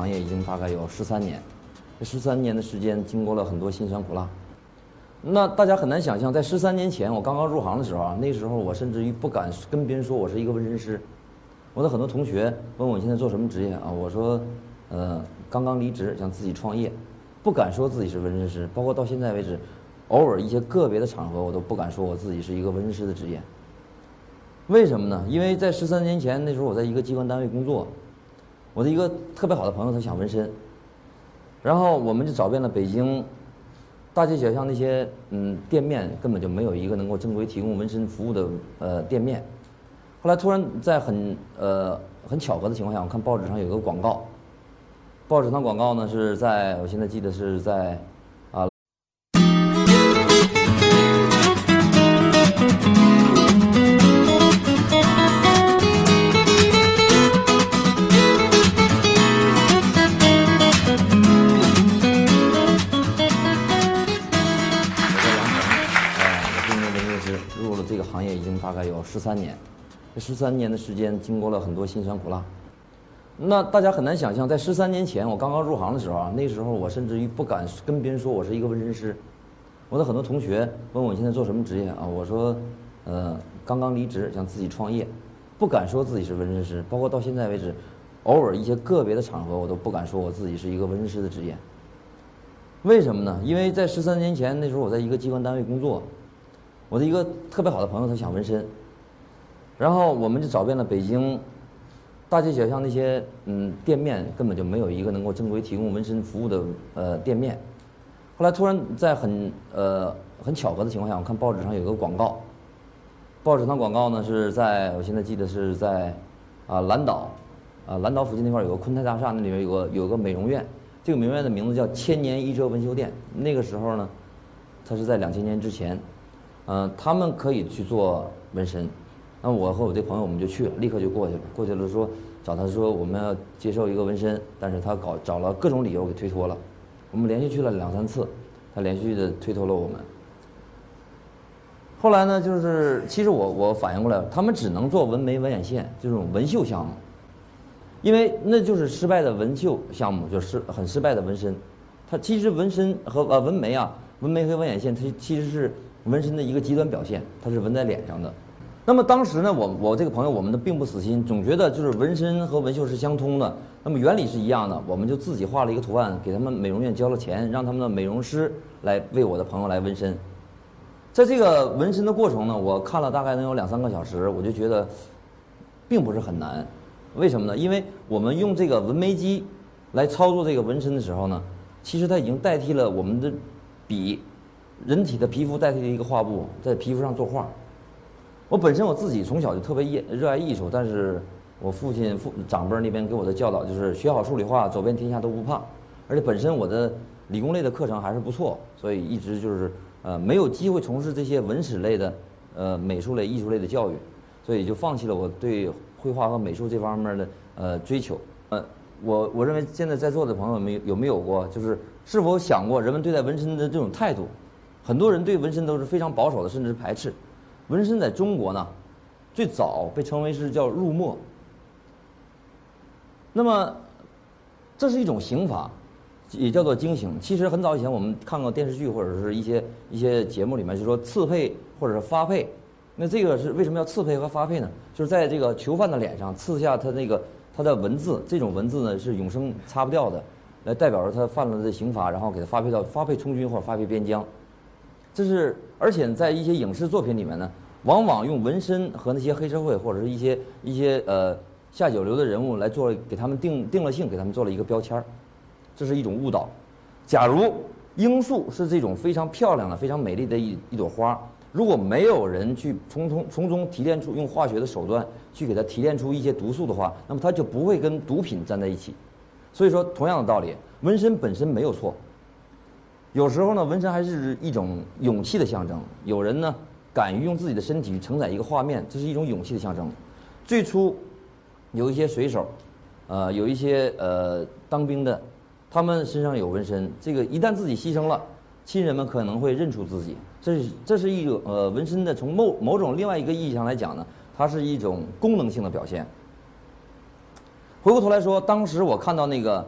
行业已经大概有13年，这13年的时间经过了很多辛酸苦辣。那大家很难想象，在13年前我刚刚入行的时候啊，那时候我甚至于不敢跟别人说我是一个纹身师。我的很多同学问我现在做什么职业啊，我说，刚刚离职想自己创业，不敢说自己是纹身师，包括到现在为止，偶尔一些个别的场合我都不敢说我自己是一个纹身师的职业。为什么呢？因为在13年前那时候我在一个机关单位工作，我的一个特别好的朋友他想纹身，然后我们就找遍了北京大街小巷那些店面，根本就没有一个能够正规提供纹身服务的店面。后来突然在很巧合的情况下，我看报纸上有个广告，报纸上广告呢是在我现在记得是在入了这个行业已经大概有13年，这13年的时间经过了很多辛酸苦辣。那大家很难想象，在13年前我刚刚入行的时候啊，那时候我甚至于不敢跟别人说我是一个纹身师。我的很多同学问我现在做什么职业啊，我说，刚刚离职想自己创业，不敢说自己是纹身师，包括到现在为止，偶尔一些个别的场合我都不敢说我自己是一个纹身师的职业。为什么呢？因为在13年前那时候我在一个机关单位工作，我的一个特别好的朋友他想纹身，然后我们就找遍了北京大街小巷那些店面，根本就没有一个能够正规提供纹身服务的店面。后来突然在很巧合的情况下，我看报纸上有个广告，报纸上广告呢是在我现在记得是在蓝岛附近那块有个昆泰大厦，那里面有个美容院，这个美容院的名字叫千年一遮纹绣店。那个时候呢，它是在2000年之前。他们可以去做纹身，那我和我这朋友我们就去了，立刻就过去了说找他说我们要接受一个纹身，但是他找了各种理由给推脱了。我们连续去了2、3次，他连续的推脱了我们。后来呢，就是其实我反应过来，他们只能做纹眉、纹眼线这种纹绣项目，因为那就是失败的纹绣项目，就是很失败的纹身。它其实纹身和纹眉和纹眼线，它其实是纹身的一个极端表现，它是纹在脸上的。那么当时呢，我这个朋友我们的并不死心，总觉得就是纹身和纹绣是相通的，那么原理是一样的，我们就自己画了一个图案，给他们美容院交了钱，让他们的美容师来为我的朋友来纹身。在这个纹身的过程呢，我看了大概能有2、3个小时，我就觉得并不是很难。为什么呢？因为我们用这个纹眉机来操作这个纹身的时候呢，其实它已经代替了我们的笔。人体的皮肤代替了一个画布，在皮肤上作画。我本身我自己从小就特别热爱艺术，但是我父亲长辈那边给我的教导就是学好数理化，走遍天下都不怕。而且本身我的理工类的课程还是不错，所以一直就是没有机会从事这些文史类的美术类、艺术类的教育，所以就放弃了我对绘画和美术这方面的追求。我认为现在在座的朋友们有没有过，就是是否想过人们对待纹身的这种态度？很多人对纹身都是非常保守的，甚至排斥。纹身在中国呢，最早被称为是叫入墨。那么，这是一种刑法，也叫做经刑。其实很早以前我们看过电视剧或者是一些节目里面就说刺配或者是发配。那这个是为什么要刺配和发配呢？就是在这个囚犯的脸上刺下他的文字，这种文字呢是永生擦不掉的，来代表着他犯了这刑罚，然后给他发配充军或者发配边疆。这是，而且在一些影视作品里面呢，往往用纹身和那些黑社会或者是一些下九流的人物来给他们定了性，给他们做了一个标签儿，这是一种误导。假如罂粟是这种非常漂亮的、非常美丽的一朵花，如果没有人去从中提炼出用化学的手段去给它提炼出一些毒素的话，那么它就不会跟毒品站在一起。所以说，同样的道理，纹身本身没有错。有时候呢，纹身还是一种勇气的象征。有人呢，敢于用自己的身体去承载一个画面，这是一种勇气的象征。最初，有一些水手，有一些当兵的，他们身上有纹身。这个一旦自己牺牲了，亲人们可能会认出自己。这是一种纹身的从某种另外一个意义上来讲呢，它是一种功能性的表现。回过头来说，当时我看到那个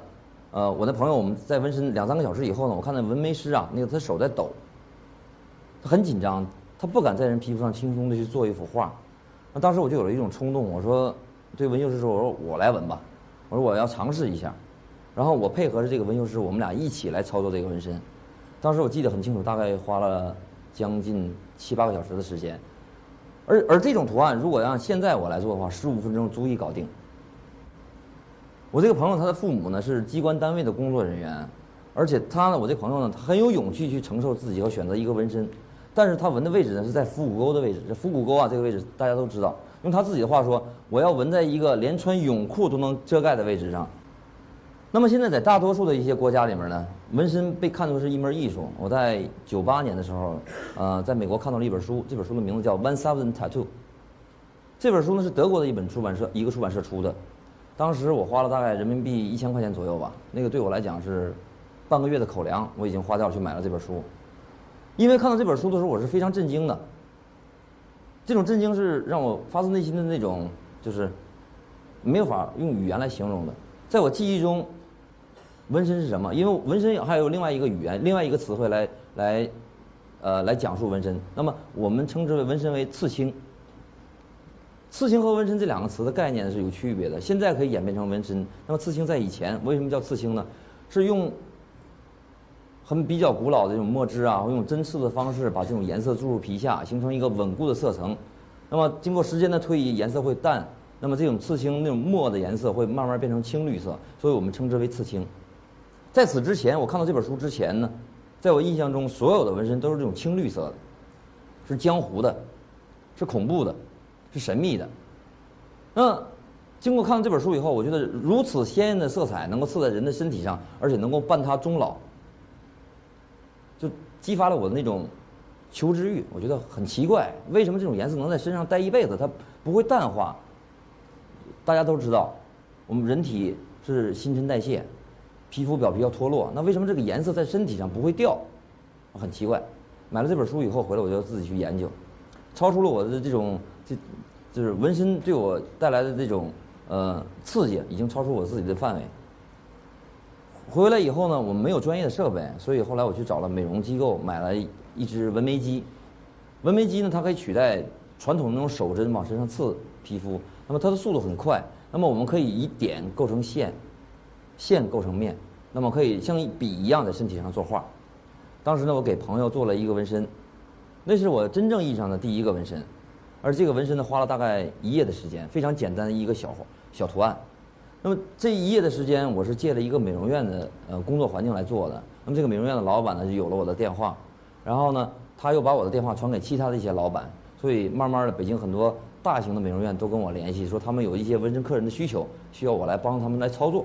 我的朋友我们在纹身2、3个小时以后呢，我看那纹眉师啊，那个他手在抖，他很紧张，他不敢在人皮肤上轻松的去做一幅画。那当时我就有了一种冲动，我说对纹绣师说，我说我来纹吧，我说我要尝试一下。然后我配合着这个纹绣师，我们俩一起来操作这个纹身。当时我记得很清楚，大概花了将近7、8个小时的时间。而这种图案，如果让现在我来做的话，15分钟足以搞定。我这个朋友他的父母呢是机关单位的工作人员，而且他呢，我这朋友呢，他很有勇气去承受自己和选择一个纹身，但是他纹的位置呢是在腹股沟的位置。这腹股沟啊，这个位置大家都知道。用他自己的话说，我要纹在一个连穿泳裤都能遮盖的位置上。那么现在在大多数的一些国家里面呢，纹身被看作是一门艺术。我在98年的时候，在美国看到了一本书，这本书的名字叫《1000 Tattoo》。这本书呢是德国的一个出版社出的，当时我花了大概人民币1000块钱左右吧，那个对我来讲是半个月的口粮，我已经花掉了去买了这本书。因为看到这本书的时候，我是非常震惊的。这种震惊是让我发自内心的那种，就是没有法用语言来形容的。在我记忆中，纹身是什么？因为纹身还有另外一个语言，另外一个词汇来讲述纹身。那么我们称之为纹身为刺青。刺青和纹身这2个词的概念是有区别的。现在可以演变成纹身。那么刺青在以前为什么叫刺青呢？是用比较古老的这种墨汁啊，会用针刺的方式把这种颜色注入皮下，形成一个稳固的色层。那么经过时间的推移，颜色会淡。那么这种刺青那种墨的颜色会慢慢变成青绿色，所以我们称之为刺青。在此之前，我看到这本书之前呢，在我印象中，所有的纹身都是这种青绿色的，是江湖的，是恐怖的，是神秘的。那经过看到这本书以后，我觉得如此鲜艳的色彩能够刺在人的身体上，而且能够伴他终老，就激发了我的那种求知欲。我觉得很奇怪，为什么这种颜色能在身上待一辈子，它不会淡化？大家都知道，我们人体是新陈代谢，皮肤表皮要脱落，那为什么这个颜色在身体上不会掉？很奇怪。买了这本书以后回来，我就自己去研究，超出了我的这种就是纹身对我带来的这种刺激，已经超出我自己的范围。回来以后呢，我们没有专业的设备，所以后来我去找了美容机构，买了一支纹眉机。纹眉机呢，它可以取代传统的那种手针往身上刺皮肤。那么它的速度很快，那么我们可以以点构成线，线构成面，那么可以像笔一样在身体上作画。当时呢，我给朋友做了一个纹身，那是我真正意义上的第一个纹身，而这个纹身呢，花了大概1夜的时间，非常简单的一个小图案。那么这1夜的时间，我是借了一个美容院的工作环境来做的。那么这个美容院的老板呢，就有了我的电话，然后呢，他又把我的电话传给其他的一些老板，所以慢慢的，北京很多大型的美容院都跟我联系，说他们有一些纹身客人的需求，需要我来帮他们来操作。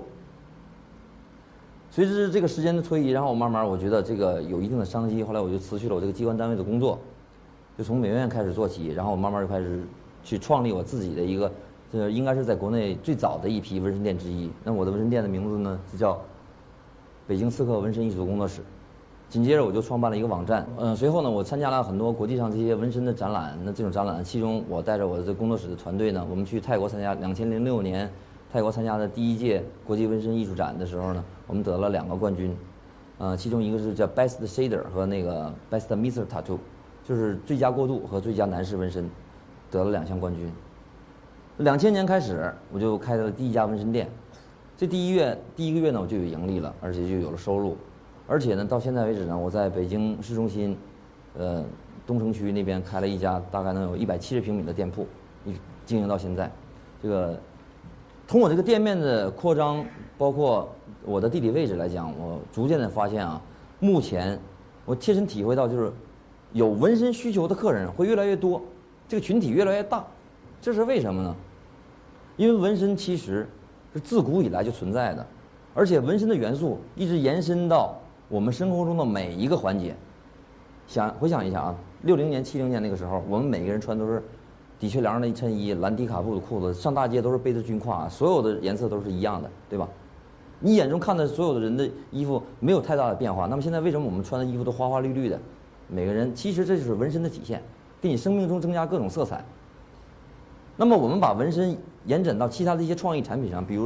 随着这个时间的推移，然后慢慢我觉得这个有一定的商机，后来我就辞去了我这个机关单位的工作，就从美容院开始做起，然后我慢慢就开始去创立我自己的一个，应该是在国内最早的一批纹身店之一。那我的纹身店的名字呢，就叫北京刺客纹身艺术工作室。紧接着我就创办了一个网站，随后呢，我参加了很多国际上这些纹身的展览。那这种展览，其中我带着我的工作室的团队呢，我们去泰国参加2006年泰国参加的第1届国际纹身艺术展的时候呢，我们得了2个冠军，其中一个是叫 Best Shader 和那个 Best Mr. Tattoo， 就是最佳过渡和最佳男士纹身，得了2项冠军。2000年开始，我就开了第1家纹身店，这第一个月呢，我就有盈利了，而且就有了收入。而且呢，到现在为止呢，我在北京市中心，东城区那边开了一家大概能有170平米的店铺，经营到现在。这个从我这个店面的扩张，包括我的地理位置来讲，我逐渐的发现啊，目前我切身体会到，就是有纹身需求的客人会越来越多，这个群体越来越大，这是为什么呢？因为纹身其实是自古以来就存在的，而且纹身的元素一直延伸到我们生活中的每一个环节。回想一下啊，60年、70年那个时候，我们每个人穿都是的确良的衬衣、蓝迪卡布的裤子，上大街都是背着军挎，所有的颜色都是一样的，对吧？你眼中看的所有的人的衣服没有太大的变化。那么现在为什么我们穿的衣服都花花绿绿的？每个人其实这就是纹身的体现，给你生命中增加各种色彩。那么我们把纹身延展到其他的一些创意产品上，比如说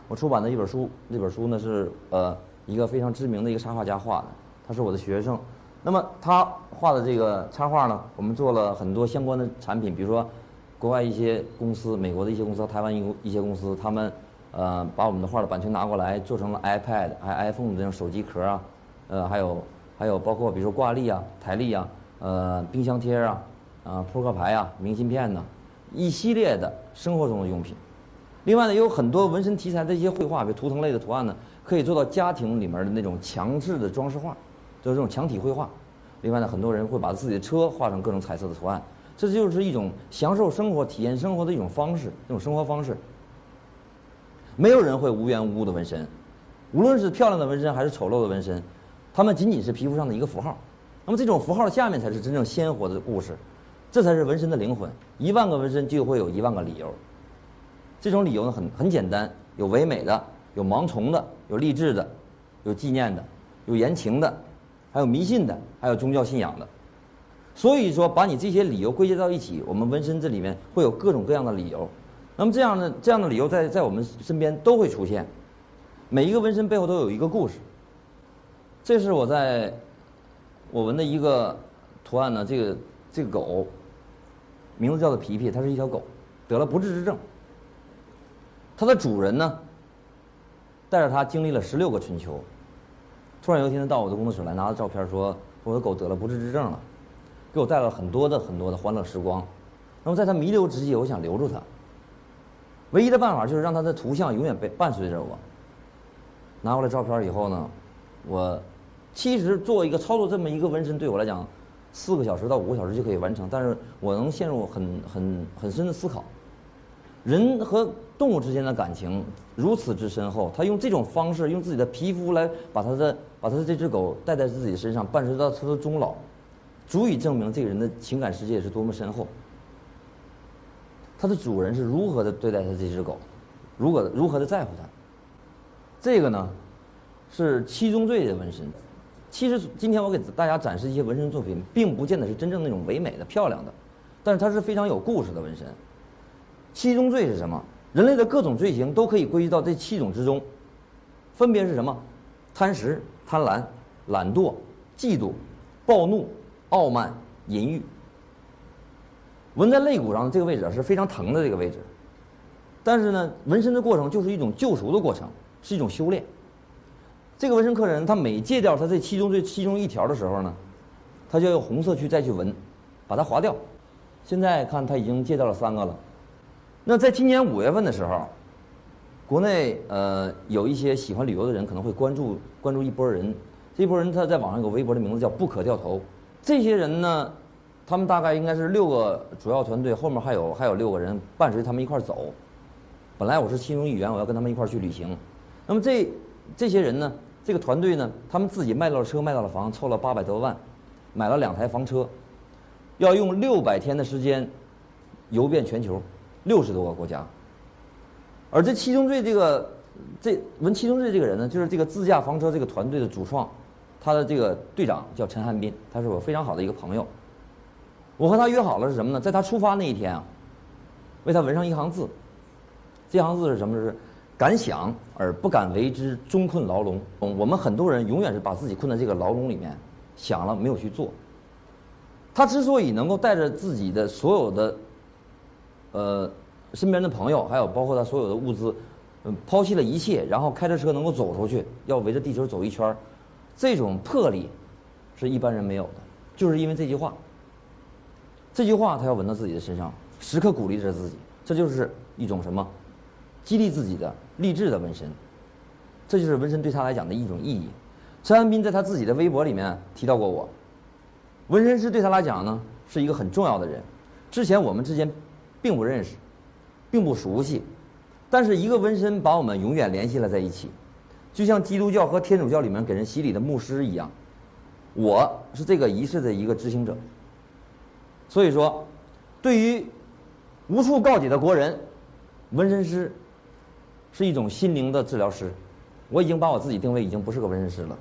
我出版的一本书，这本书呢是一个非常知名的一个插画家画的，他是我的学生。那么他画的这个插画呢，我们做了很多相关的产品，比如说国外一些公司、美国的一些公司、台湾一些公司，他们把我们的画的版权拿过来，做成了 iPad、iPhone 的这种手机壳啊，还有包括比如说挂历啊、台历啊、冰箱贴啊、扑克牌啊、明信片呐，一系列的生活中的用品。另外呢，有很多纹身题材的一些绘画，比如图腾类的图案呢，可以做到家庭里面的那种墙质的装饰画，就是这种墙体绘画。另外呢，很多人会把自己的车画成各种彩色的图案，这就是一种享受生活、体验生活的一种方式，一种生活方式。没有人会无缘无故的纹身，无论是漂亮的纹身还是丑陋的纹身，它们仅仅是皮肤上的一个符号。那么这种符号下面才是真正鲜活的故事，这才是纹身的灵魂。10000个纹身就会有10000个理由。这种理由呢很简单，有唯美的，有盲从的，有励志的，有纪念的，有言情的，还有迷信的，还有宗教信仰的。所以说，把你这些理由归结到一起，我们纹身这里面会有各种各样的理由。那么这样的理由在我们身边都会出现。每一个纹身背后都有一个故事。这是我纹的一个图案呢，这个狗名字叫做皮皮，它是一条狗，得了不治之症。它的主人呢，带着它经历了16个春秋。突然有一天，到我的工作室来，拿着照片说我的狗得了不治之症了，给我带来了很多的欢乐时光。那么在它弥留之际，我想留住它，唯一的办法就是让它的图像永远伴随着我。拿过来照片以后呢，我其实做一个操作这么一个纹身，对我来讲4个小时到5个小时就可以完成，但是我能陷入很深的思考。人和动物之间的感情如此之深厚，他用这种方式，用自己的皮肤来把他的这只狗带在自己身上，伴随到他的终老，足以证明这个人的情感世界是多么深厚。他的主人是如何的对待他这只狗，如何的在乎他。这个呢，是七宗罪的纹身。其实今天我给大家展示一些纹身作品，并不见得是真正那种唯美的、漂亮的，但是它是非常有故事的纹身。七宗罪是什么？人类的各种罪行都可以归结到这7种之中，分别是什么？贪食、贪婪、懒惰、嫉妒、暴怒、傲慢、淫欲。纹在肋骨上的这个位置是非常疼的这个位置，但是呢，纹身的过程就是一种救赎的过程，是一种修炼。这个纹身客人他每戒掉他这7宗罪其中1条的时候呢，他就要用红色去再去纹，把它划掉。现在看他已经戒掉了3个了。那在今年5月份的时候，国内有一些喜欢旅游的人可能会关注一波人，这一波人他在网上有个微博的名字叫不可掉头。这些人呢，他们大概应该是6个主要团队，后面还有6个人伴随他们一块走。本来我是其中一员，我要跟他们一块去旅行。那么这些人呢，这个团队呢，他们自己卖到了车，卖到了房，凑了800多万，买了2台房车，要用600天的时间游遍全球60多个国家。而这七宗罪纹七宗罪这个人呢，就是这个自驾房车这个团队的主创，他的这个队长叫陈汉斌，他是我非常好的一个朋友。我和他约好了是什么呢？在他出发那一天啊，为他纹上一行字。这行字是什么？是敢想而不敢为之，终困牢笼。我们很多人永远是把自己困在这个牢笼里面，想了没有去做。他之所以能够带着自己的所有的身边的朋友，还有包括他所有的物资，抛弃了一切，然后开着车能够走出去，要围着地球走一圈，这种魄力是一般人没有的。就是因为这句话，他要纹到自己的身上，时刻鼓励着自己，这就是一种什么？激励自己的励志的纹身。这就是纹身对他来讲的一种意义。陈汉斌在他自己的微博里面提到过我，纹身师对他来讲呢是一个很重要的人。之前我们之间并不认识，并不熟悉，但是一个纹身把我们永远联系了在一起，就像基督教和天主教里面给人洗礼的牧师一样，我是这个仪式的一个执行者。所以说，对于无处告解的国人，纹身师是一种心灵的治疗师。我已经把我自己定位已经不是个纹身师了。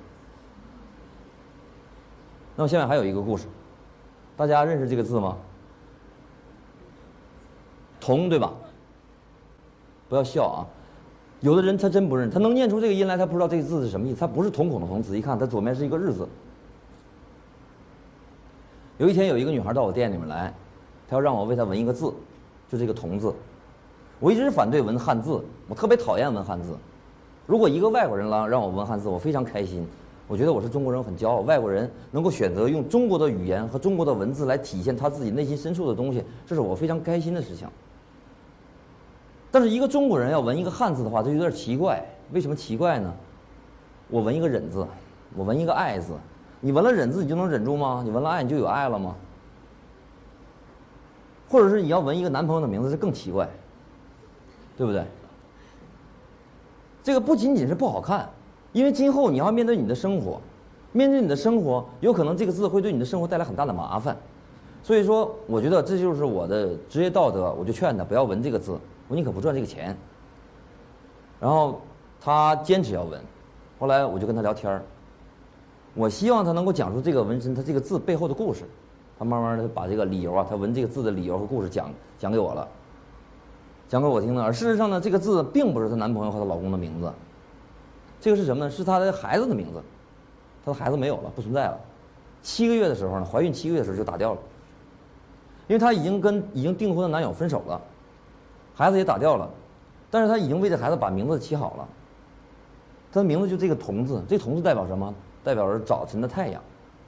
那么下面还有一个故事，大家认识这个字吗？铜，对吧？不要笑啊， 有的人他真不认，他能念出这个音来，他不知道这个字是什么意思，他不是瞳孔的瞳，仔细看，他左面是一个日字。有一天有一个女孩到我店里面来，她要让我为她纹一个字，就这个瞳字。我一直反对纹汉字，我特别讨厌纹汉字。如果一个外国人让我纹汉字，我非常开心。我觉得我是中国人，很骄傲。外国人能够选择用中国的语言和中国的文字来体现他自己内心深处的东西，这是我非常开心的事情。但是一个中国人要纹一个汉字的话，就有点奇怪。为什么奇怪呢？我纹一个忍字，我纹一个爱字，你纹了忍字你就能忍住吗？你纹了爱你就有爱了吗？或者是你要纹一个男朋友的名字，这更奇怪，对不对？这个不仅仅是不好看，因为今后你要面对你的生活，面对你的生活，有可能这个字会对你的生活带来很大的麻烦。所以说，我觉得这就是我的职业道德，我就劝他不要纹这个字，我宁可不赚这个钱。然后他坚持要纹，后来我就跟他聊天儿，我希望他能够讲出这个纹身他这个字背后的故事。他慢慢的把这个理由啊，他纹这个字的理由和故事讲给我了，讲给我听的。而事实上呢，这个字并不是她男朋友和她老公的名字，这个是什么呢？是她的孩子的名字。她的孩子没有了，不存在了。7个月的时候呢，怀孕7个月的时候就打掉了，因为她已经跟已经订婚的男友分手了，孩子也打掉了，但是她已经为这孩子把名字起好了。她的名字就这个瞳字，这瞳字代表什么？代表着早晨的太阳。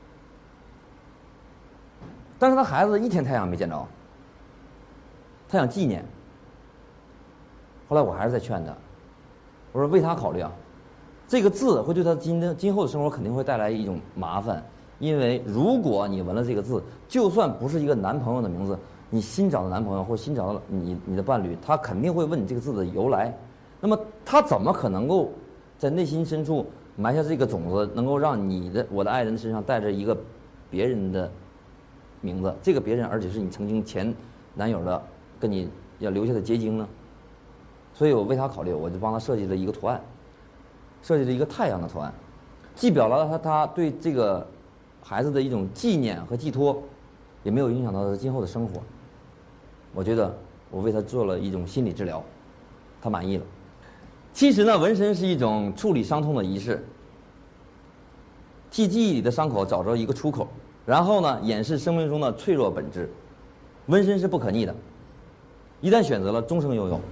但是他孩子一天太阳没见着，他想纪念。后来我还是在劝他，我说为他考虑啊，这个字会对他今后的生活肯定会带来一种麻烦，因为如果你纹了这个字，就算不是一个男朋友的名字，你新找的男朋友或新找的你的伴侣，他肯定会问你这个字的由来，那么他怎么可能够在内心深处埋下这个种子，能够让我的爱人身上带着一个别人的名字，这个别人而且是你曾经前男友的跟你要留下的结晶呢？所以我为他考虑，我就帮他设计了一个图案，设计了一个太阳的图案，既表达了他对这个孩子的一种纪念和寄托，也没有影响到他今后的生活。我觉得我为他做了一种心理治疗，他满意了。其实呢，纹身是一种处理伤痛的仪式，替记忆里的伤口找着一个出口，然后呢，掩饰生命中的脆弱本质。纹身是不可逆的，一旦选择了，终生拥有。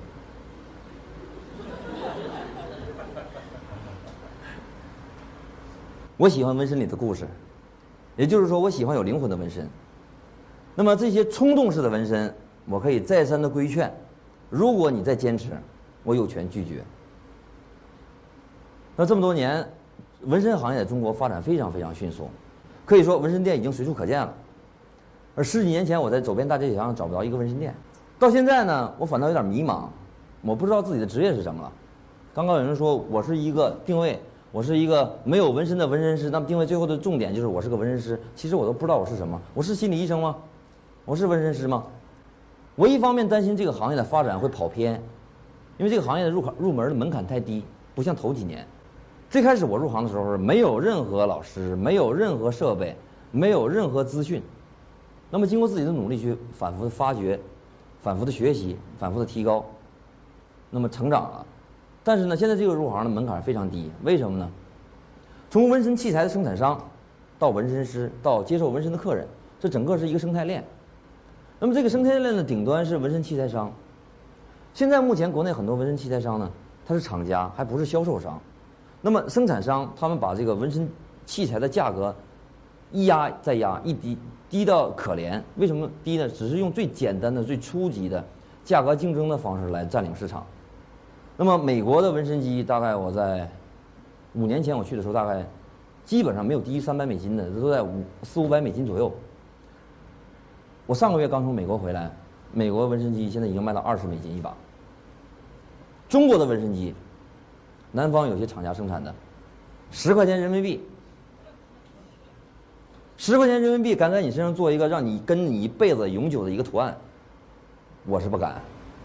我喜欢纹身里的故事，也就是说，我喜欢有灵魂的纹身。那么这些冲动式的纹身，我可以再三的规劝，如果你再坚持，我有权拒绝。那这么多年，纹身行业在中国发展非常非常迅速，可以说纹身店已经随处可见了。而10几年前，我在走遍大街小巷找不着一个纹身店。到现在呢，我反倒有点迷茫，我不知道自己的职业是什么了。刚刚有人说我是一个定位，我是一个没有纹身的纹身师，那么定位最后的重点就是我是个纹身师。其实我都不知道我是什么，我是心理医生吗？我是纹身师吗？我一方面担心这个行业的发展会跑偏，因为这个行业的入门的门槛太低，不像头几年。最开始我入行的时候，没有任何老师，没有任何设备，没有任何资讯。那么经过自己的努力去反复的发掘，反复的学习，反复的提高，那么成长了。但是呢，现在这个入行的门槛非常低，为什么呢？从纹身器材的生产商，到纹身师，到接受纹身的客人，这整个是一个生态链。那么这个生态链的顶端是纹身器材商。现在目前国内很多纹身器材商呢，它是厂家，还不是销售商。那么生产商他们把这个纹身器材的价格一压再压，一低到可怜。为什么低呢？只是用最简单的、最初级的价格竞争的方式来占领市场。那么美国的纹身机，大概我在5年前我去的时候，大概基本上没有低于$300的，都在400-500左右。我上个月刚从美国回来，美国纹身机现在已经卖到$20一把。中国的纹身机，南方有些厂家生产的，10块钱人民币，10块钱人民币敢在你身上做一个让你跟你一辈子永久的一个图案，我是不敢。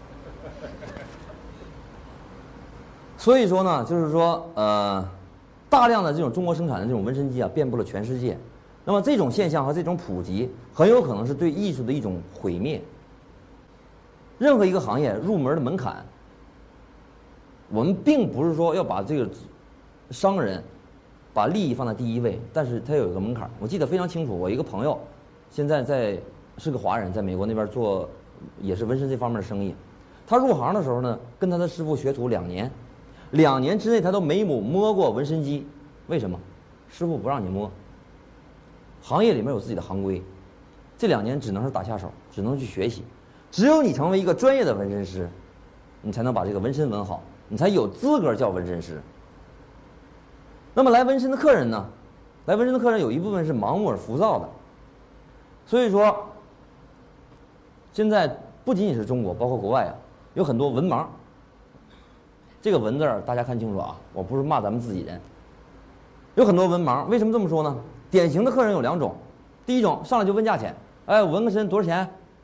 所以说呢，就是说，大量的这种中国生产的这种纹身机啊，遍布了全世界。那么这种现象和这种普及，很有可能是对艺术的一种毁灭。任何一个行业入门的门槛， 我们并不是说要把这个商人把利益放在第一位，但是他有一个门槛。我记得非常清楚，我一个朋友现在是个华人，在美国那边做也是纹身这方面的生意。他入行的时候呢，跟他的师傅学徒2年，2年之内他都没摸过纹身机。为什么？师傅不让你摸。行业里面有自己的行规，这2年只能是打下手，只能去学习。只有你成为一个专业的纹身师，你才能把这个纹身纹好，你才有资格叫纹身师。那么来纹身的客人呢？来纹身的客人有一部分是盲目而浮躁的，所以说，现在不仅仅是中国，包括国外啊，有很多文盲。这个文字大家看清楚啊，我不是骂咱们自己人。有很多文盲，为什么这么说呢？典型的客人有2种，第一种上来就问价钱，哎，纹个身多少钱？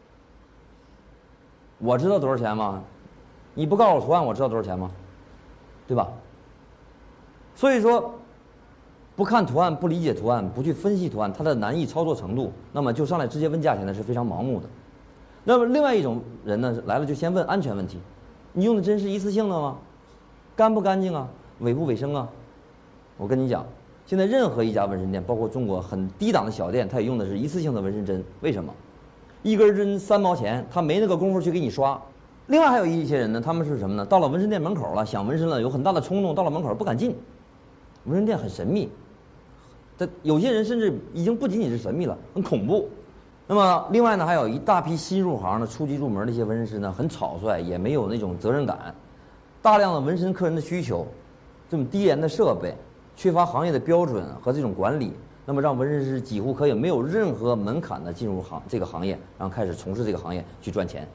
我知道多少钱吗？你不告诉我图案，我知道多少钱吗？对吧？所以说，不看图案，不理解图案，不去分析图案，它的难易操作程度，那么就上来直接问价钱呢，是非常盲目的。那么另外一种人呢，来了就先问安全问题，你用的针是一次性的吗？干不干净啊？卫不卫生啊？我跟你讲，现在任何一家纹身店，包括中国很低档的小店，它也用的是一次性的纹身针。为什么？一根针3毛钱，他没那个功夫去给你刷。另外还有一些人呢，他们是什么呢？到了纹身店门口了，想纹身了，有很大的冲动，到了门口不敢进。纹身店很神秘，有些人甚至已经不仅仅是神秘了，很恐怖。那么另外呢，还有一大批新入行的、初级入门的一些纹身师呢，很草率，也没有那种责任感，大量的纹身客人的需求，这么低廉的设备，缺乏行业的标准和这种管理，那么让纹身师几乎可以没有任何门槛的进入这个行业，然后开始从事这个行业去赚钱。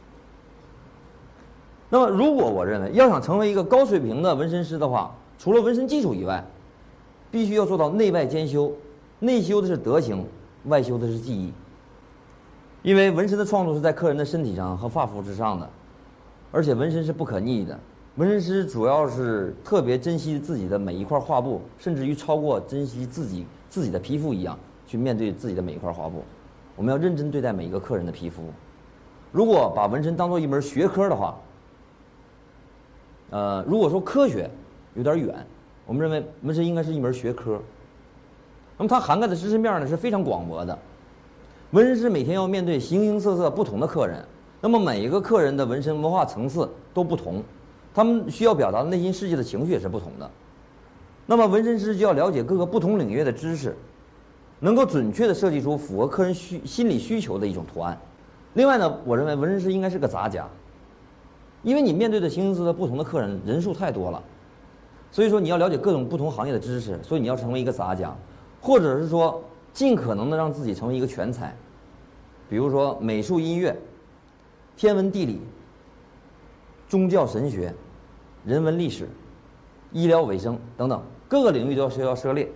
那么如果我认为要想成为一个高水平的纹身师的话，除了纹身技术以外，必须要做到内外兼修，内修的是德行，外修的是技艺。因为纹身的创作是在客人的身体上和发肤之上的，而且纹身是不可逆的。纹身师主要是特别珍惜自己的每一块画布，甚至于超过珍惜自己的皮肤一样去面对自己的每一块画布。我们要认真对待每一个客人的皮肤。如果把纹身当做一门学科的话，如果说科学有点远，我们认为纹身应该是一门学科。那么它涵盖的知识面呢是非常广博的。纹身师每天要面对形形色色不同的客人，那么每一个客人的纹身文化层次都不同，他们需要表达的内心世界的情绪也是不同的。那么纹身师就要了解各个不同领域的知识，能够准确地设计出符合客人心理需求的一种图案。另外呢，我认为纹身师应该是个杂家，因为你面对的形形色色不同的客人人数太多了，所以说你要了解各种不同行业的知识，所以你要成为一个杂家，或者是说尽可能的让自己成为一个全才，比如说美术、音乐、天文、地理、宗教、神学、人文、历史、医疗、卫生等等各个领域都要涉猎。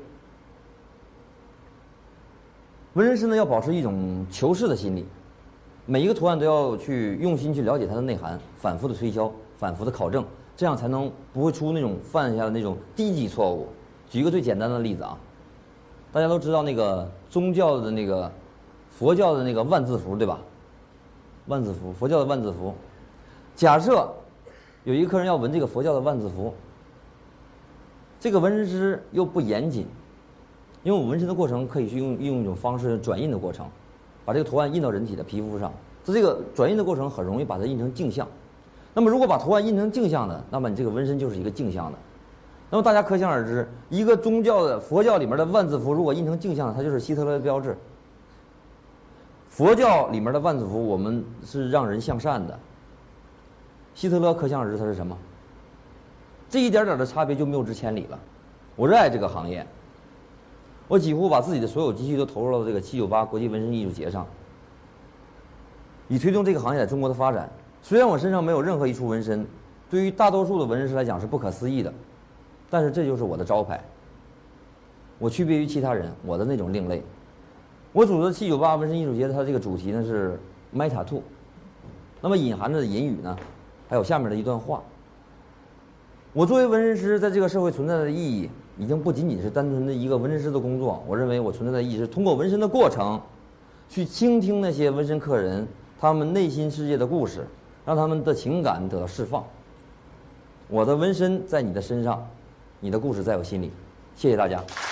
纹身师呢要保持一种求是的心理，每一个图案都要去用心去了解它的内涵，反复的推敲，反复的考证，这样才能不会出那种犯下的那种低级错误。举一个最简单的例子啊，大家都知道那个宗教的那个佛教的那个万字符，对吧？万字符，佛教的万字符。假设有一个客人要纹这个佛教的万字符，这个纹身师又不严谨，因为我纹身的过程可以去用一种方式转印的过程，把这个图案印到人体的皮肤上。这个转印的过程很容易把它印成镜像。那么如果把图案印成镜像的，那么你这个纹身就是一个镜像的。那么大家可想而知，一个宗教的佛教里面的万字符如果印成镜像的，它就是希特勒的标志。佛教里面的万字符我们是让人向善的，希特勒可想而知他是什么。这一点点的差别就谬之千里了。我热爱这个行业，我几乎把自己的所有积蓄都投入到这个798国际纹身艺术节上，以推动这个行业在中国的发展。虽然我身上没有任何一处纹身，对于大多数的纹身师来讲是不可思议的，但是这就是我的招牌。我区别于其他人，我的那种另类。我组织的798纹身艺术节，它这个主题呢是 My Tattoo， 那么隐含着的隐语呢，还有下面的一段话。我作为纹身师在这个社会存在的意义，已经不仅仅是单纯的一个纹身师的工作。我认为我存在的意义是通过纹身的过程，去倾听那些纹身客人他们内心世界的故事，让他们的情感得到释放。 我的纹身在你的身上，你的故事在我心里。谢谢大家。